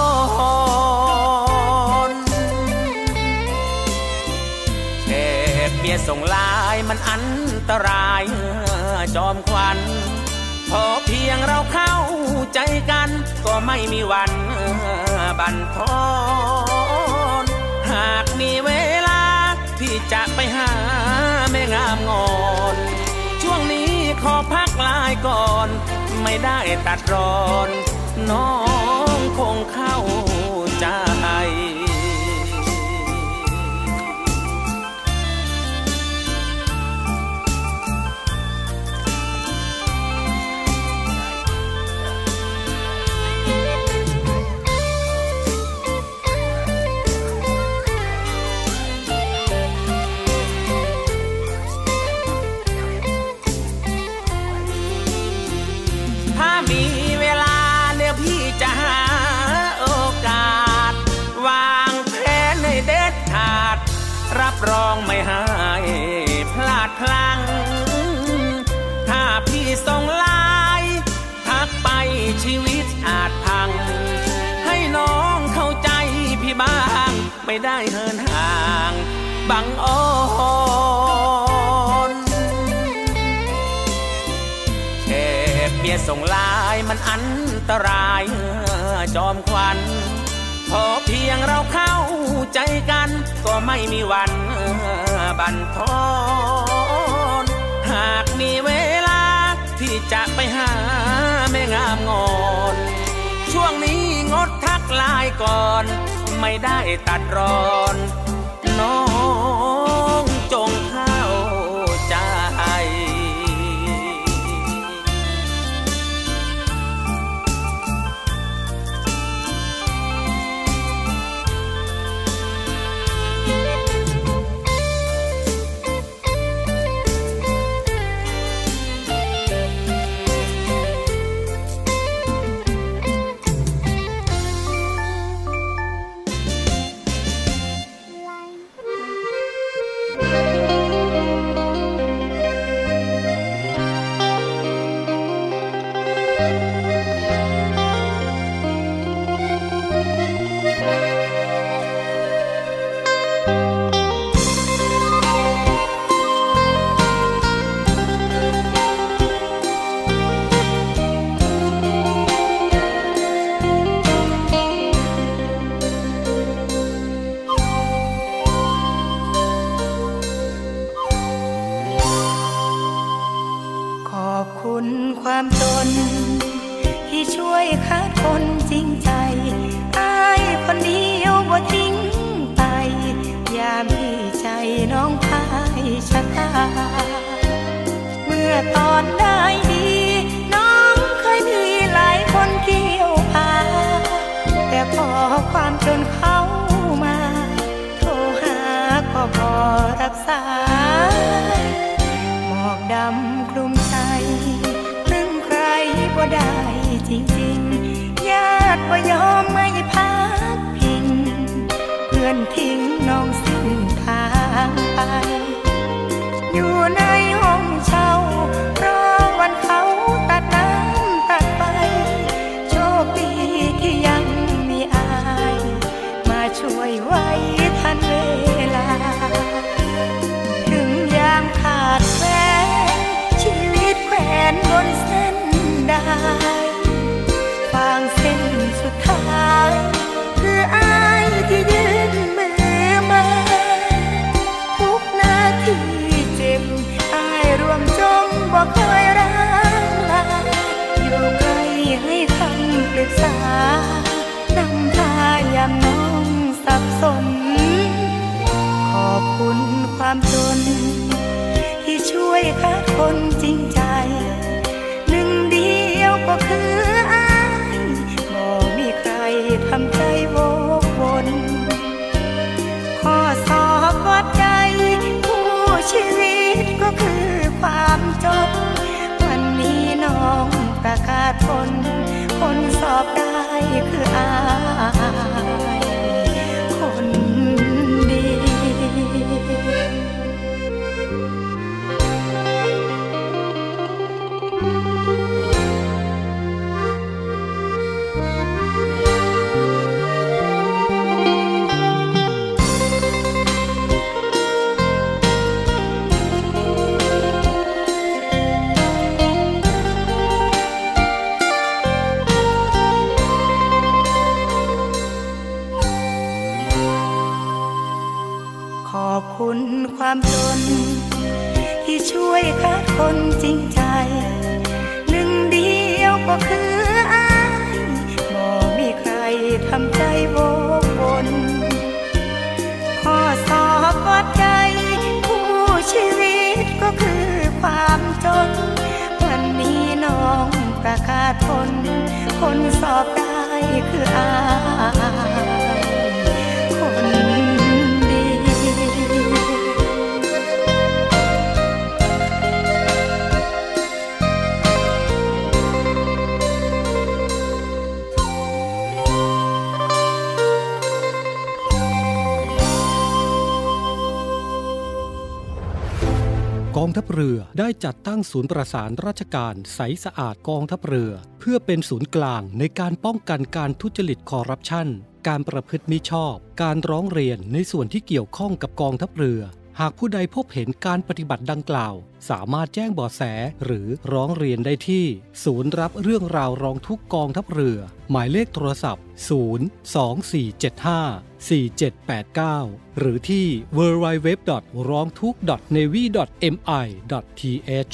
อนแค่เมียส่งไลน์มันอันตรายจอมควันพอเพียงเราเข้าใจกันก็ไม่มีวันบั่นทอนหากมีเวลาพี่จะไปหาแม่งามงอนช่วงนี้ขอพักไลน์ก่อนไม่ได้ตัดรอนน้องคงเข้าใจมีเวลาเดี๋ยวพี่จะหาโอกาสวางแผนให้เด็ดขาดรับรองไม่ให้พลาดพลั้งถ้าพี่ส่งไลน์ทักไปชีวิตอาจพังให้น้องเข้าใจพี่บ้างไม่ได้เหินห่างบังอ่อนเมียส่งไลน์มันอันตรายจอมควันพอเพียงเราเข้าใจกันก็ไม่มีวันบั่นทอนหากมีเวลาที่จะไปหาแม่งามงอนช่วงนี้งดทักไลน์ก่อนไม่ได้ตัดรอนน้องจงเข้าใจความจนที่ช่วยคัดคนจริงใจอายคนเดียวบ่ทิ้งไปอย่ามีใจน้องพายชะตาเมื่อตอนได้ดีน้องเคยมีหลายคนเกี่ยวพาแต่พอความจนเข้ามาโทรหาก็บ่รับสายหมอกดำคลุมใจบ่ได้จริงๆญาติบ่ยอมไม่พักพิงเพื่อนทิ้งน้องสิ้นทางไปอยู่ในห้องเช่ารอวันเขาตัดน้ำตัดไฟโชคดีที่ยังมีอายมาช่วยไว้ทันเวลาถึงยามขาดแฟนชีวิตแขวนบนเส้นฟางเส้นสุดท้ายคืออายที่ยืนมือมาทุกนาทีเจ็บอายรวมจมบ่เคยร้างลาอยู่ใกล้ให้คำปรึกษานำพายามน้องสับสนขอบคุณความจนที่ช่วยคัดคนจริงใจหนึ่งเดียวก็คืออ้ายบ่มีใครทำใจโวกวนข้อสอบวัดใจผู้ชีวิตก็คือความจนวันนี้น้องประกาศผลคนสอบได้คืออ้ายคนดี คุณความจนที่ช่วยคัดคนจริงใจหนึ่งเดียวก็คืออ้ายบ่มีใครทำใจโวกวนข้อสอบวัดใจผู้ชีวิตก็คือความจนวันนี้น้องประกาศผลคนสอบได้คืออ้ายคนกองทัพเรือได้จัดตั้งศูนย์ประสานราชการใสสะอาดกองทัพเรือเพื่อเป็นศูนย์กลางในการป้องกันการทุจริตคอร์รัปชันการประพฤติมิชอบการร้องเรียนในส่วนที่เกี่ยวข้องกับกองทัพเรือหากผู้ใดพบเห็นการปฏิบัติดังกล่าวสามารถแจ้งเบาะแสหรือร้องเรียนได้ที่ศูนย์รับเรื่องราวร้องทุกข์กองทัพเรือหมายเลขโทรศัพท์024754789หรือที่ www.rongthuk.navy.mi.th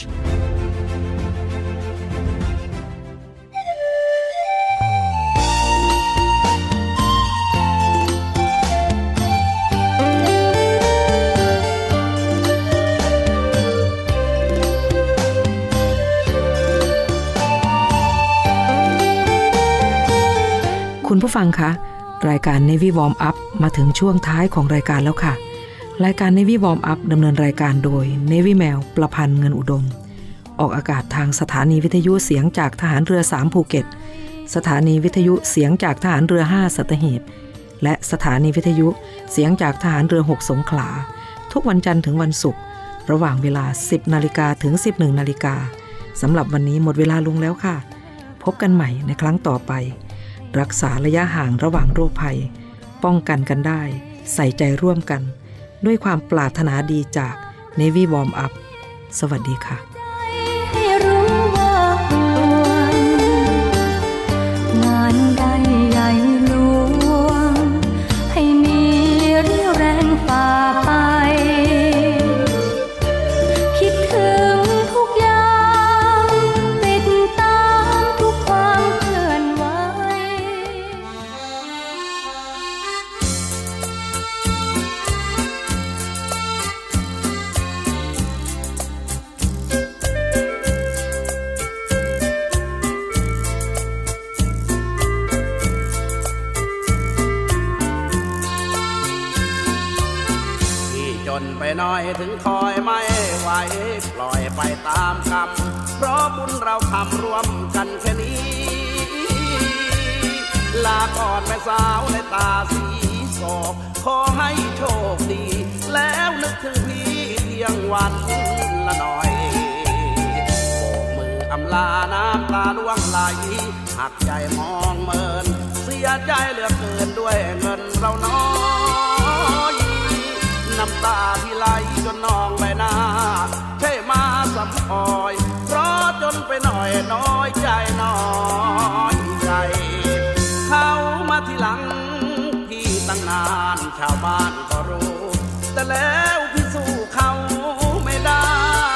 คุณผู้ฟังคะรายการ Navy Warm Up มาถึงช่วงท้ายของรายการแล้วค่ะรายการ Navy Warm Up ดำเนินรายการโดย Navy แมวประพันธ์เงินอุดมออกอากาศทางสถานีวิทยุเสียงจากทหารเรือ3ภูเก็ตสถานีวิทยุเสียงจากทหารเรือ5สัตหีบและสถานีวิทยุเสียงจากทหารเรือ6สงขลาทุกวันจันทร์ถึงวันศุกร์ระหว่างเวลา 10:00 นถึง 11:00 นสำหรับวันนี้หมดเวลาลงแล้วค่ะพบกันใหม่ในครั้งต่อไปรักษาระยะห่างระหว่างโรคภัยป้องกันกันได้ใส่ใจร่วมกันด้วยความปรารถนาดีจาก Navy Warm Up สวัสดีค่ะให้รู้ว่าห่วงงานใดใหญ่หลวงให้มีเรี่ยวแรงฝ่าไปคิดถึงทุกอย่างติดตามทุกความเคลื่อนไหวไปหน่อยถึงคอยไม่ไหวปล่อยไปตามกรรมเพราะบุญเราทำร่วมกันแค่นี้ลาก่อนแม่สาวในตาสีโศกขอให้โชคดีแล้วนึกถึงพี่เที่ยงวันละหน่อยโบกมืออำลาน้ำตาล่วงไหลหักใจมองเมินเสียใจเหลือเกินด้วยเงินเราน้อยน้ำตาที่ไหลจนนองใบหน้าเท่มาสำออยเพราะจนไปหน่อยน้อยใจน้อยใจเขามาทีหลังพี่ตั้งนานชาวบ้านก็รู้แต่แล้วพี่สู้เขาไม่ได้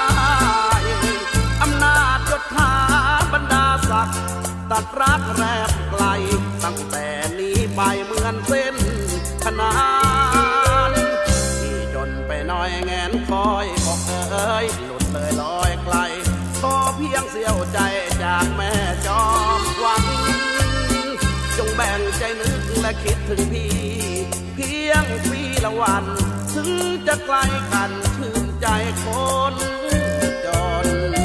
อำนาจยศถาบรรดาศักดิ์ตัดรักแรบไกลตั้งแต่นี้ไปเหมือนเส้นขนานไปหน่อยแงนคอยบอกเอ๋ยหลุดเลยลอยไกลขอเพียงเสี้ยวใจจากแม่จอมขวัญจงแบ่งใจนึกและคิดถึงพี่เพียงปีละวันถึงจะไกลกันชื่นใจคนจน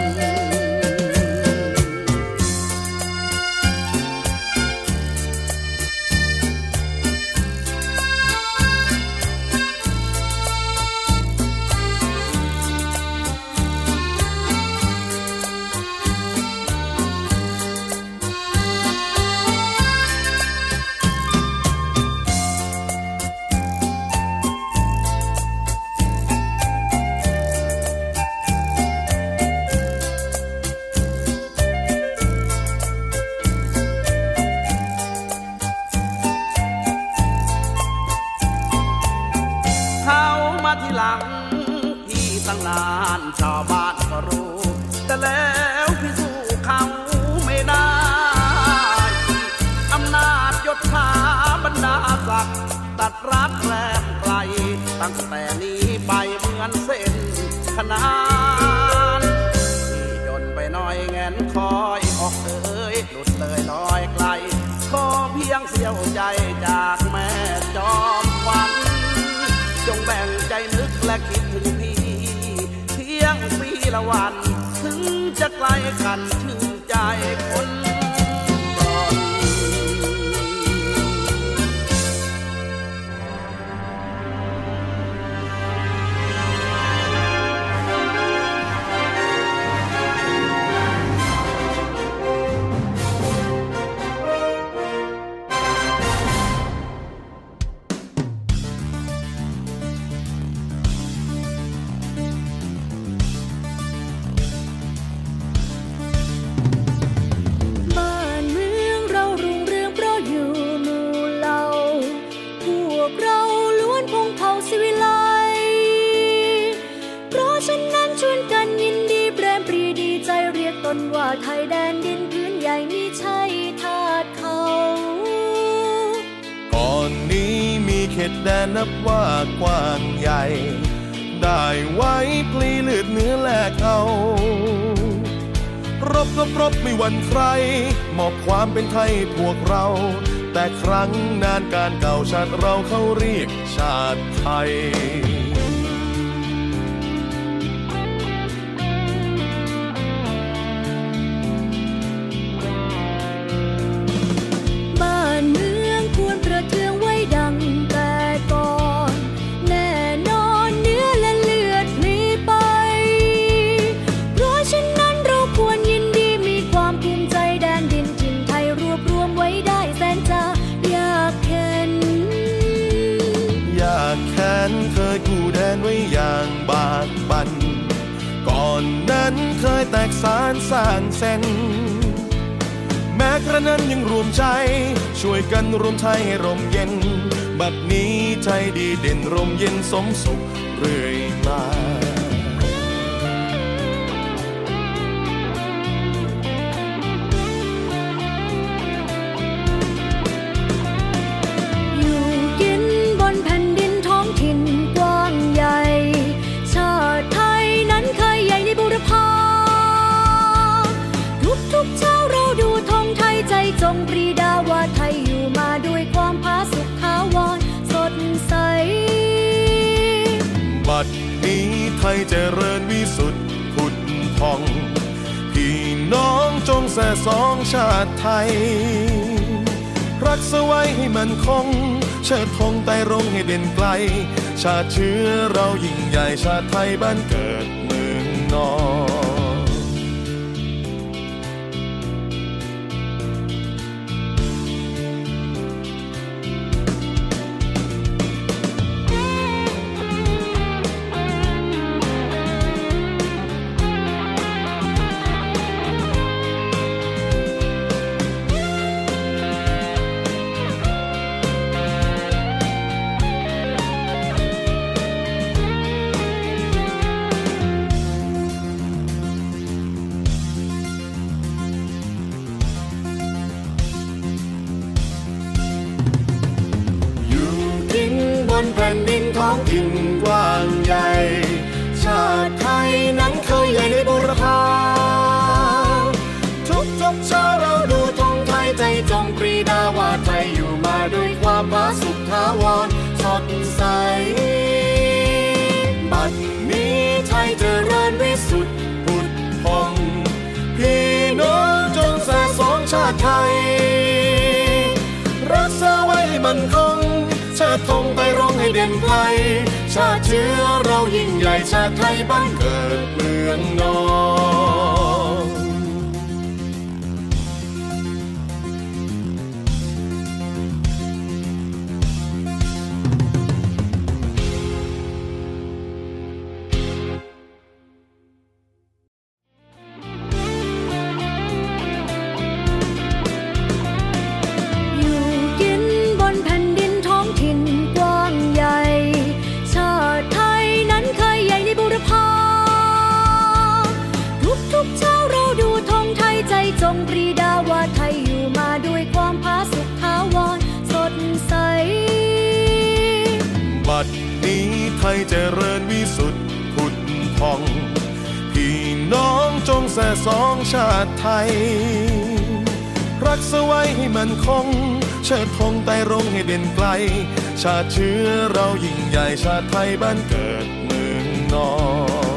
ชาวบ้านก็รู้แต่แล้วพี่สู้เขาไม่ได้อำนาจยศถาบรรดาศักดิ์ตัดรักแรมไกลตั้งแต่นี้ไปเหมือนเส้นขนานที่ยนไปหน่อยแงนคอยออกเอ่ยหลุดเลยลอยไกลขอเพียงเสี้ยวใจจากแม่จอมขวัญจงแบ่งใจนึกและคิดถึงพี่เพียงปีละวันถึงจะไกลกันชื่นใจคนว่าไทยแดนดินพื้นใหญ่มิใช่ทาสเขาก่อนนี้มีเขตแดนนับว่ากว้างใหญ่ได้ไว้พลีเลือดเนื้อแลกเอารบก็รบไม่หวั่นใครมอบความเป็นไทยพวกเราแต่ครั้งนานการเก่าชาติเราเขาเรียกชาติไทยเคยกู้แดนไว้อย่างบากบั่นก่อนนั้นเคยแตกสานสร้างเส้นแม้กระนั้นยังรวมใจช่วยกันรวมไทยให้ร่มเย็นบัดนี้ไทยดีเด่นร่มเย็นสมสุขเรื่อยมาจงปรีดาว่าไทยอยู่มาด้วยความผาสุกขาวรสดใสบัดนี้ไทยเจริญวิสุทธิ์ผุดผ่องพี่น้องจงแส่สองชาติไทยรักษาไว้ให้มันคงเชิดธงไต่รงให้เด่นไกลชาติเชื้อเรายิ่งใหญ่ชาติไทยบ้านเกิดเมืองนอนแผ่นดินท้องถิ่นกว้างใหญ่ชาติไทยนั้นเคยใหญ่ปรีดาว่าไทยอยู่มาด้วยความผาสุกถาวรสดใสบัดนี้ไทยเจริญวิสุทธิ์ผุดผ่องพี่น้องจงแสสองชาติไทยรักษาไว้ให้มั่นคงชาติธงไปร้องให้เด่นไกลชาติเชื้อเรายิ่งใหญ่ชาติไทยบ้านเกิดเมืองนอนบัดนี้ไทยเจริญวิสุทธิ์ผุดผ่องพี่น้องจงแสสองชาติไทยรักษาไว้ให้มั่นคงเชิดธงไต่รงให้เด่นไกลชาติเชื้อเรายิ่งใหญ่ชาติไทยบ้านเกิดเมืองนอน